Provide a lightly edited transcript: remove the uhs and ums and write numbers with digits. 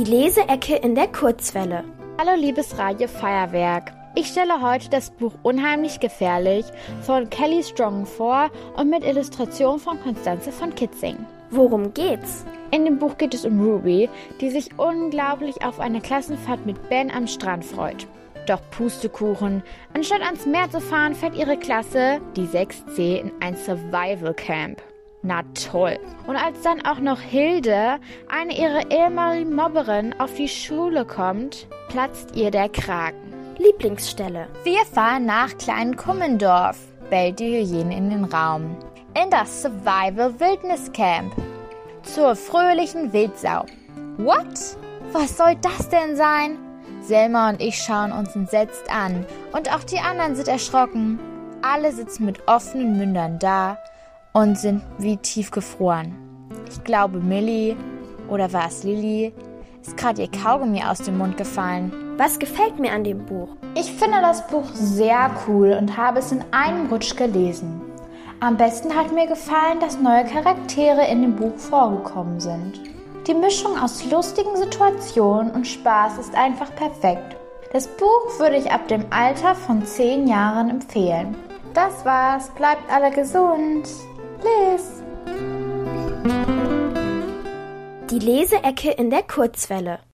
Leseecke in der Kurzwelle. Hallo liebes Radio Feuerwerk. Ich stelle heute das Buch Unheimlich gefährlich von Kelly Strong vor und mit Illustration von Constanze von Kitzing. Worum geht's? In dem Buch geht es um Ruby, die sich unglaublich auf eine Klassenfahrt mit Ben am Strand freut. Doch Pustekuchen, anstatt ans Meer zu fahren, fährt ihre Klasse, die 6C, in ein Survival Camp. Na toll. Und als dann auch noch Hilde, eine ihrer ehemaligen Mobberinnen, auf die Schule kommt, platzt ihr der Kragen. Lieblingsstelle. Wir fahren nach Klein Kummendorf, bellt die Hyäne in den Raum. In das Survival Wildnis Camp. Zur fröhlichen Wildsau. What? Was soll das denn sein? Selma und ich schauen uns entsetzt an. Und auch die anderen sind erschrocken. Alle sitzen mit offenen Mündern da und sind wie tiefgefroren. Ich glaube, Millie, oder war es Lilly, ist gerade ihr Kaugummi aus dem Mund gefallen. Was gefällt mir an dem Buch? Ich finde das Buch sehr cool und habe es in einem Rutsch gelesen. Am besten hat mir gefallen, dass neue Charaktere in dem Buch vorgekommen sind. Die Mischung aus lustigen Situationen und Spaß ist einfach perfekt. Das Buch würde ich ab dem Alter von 10 Jahren empfehlen. Das war's, bleibt alle gesund. Liz. Die Leseecke in der Kurzwelle.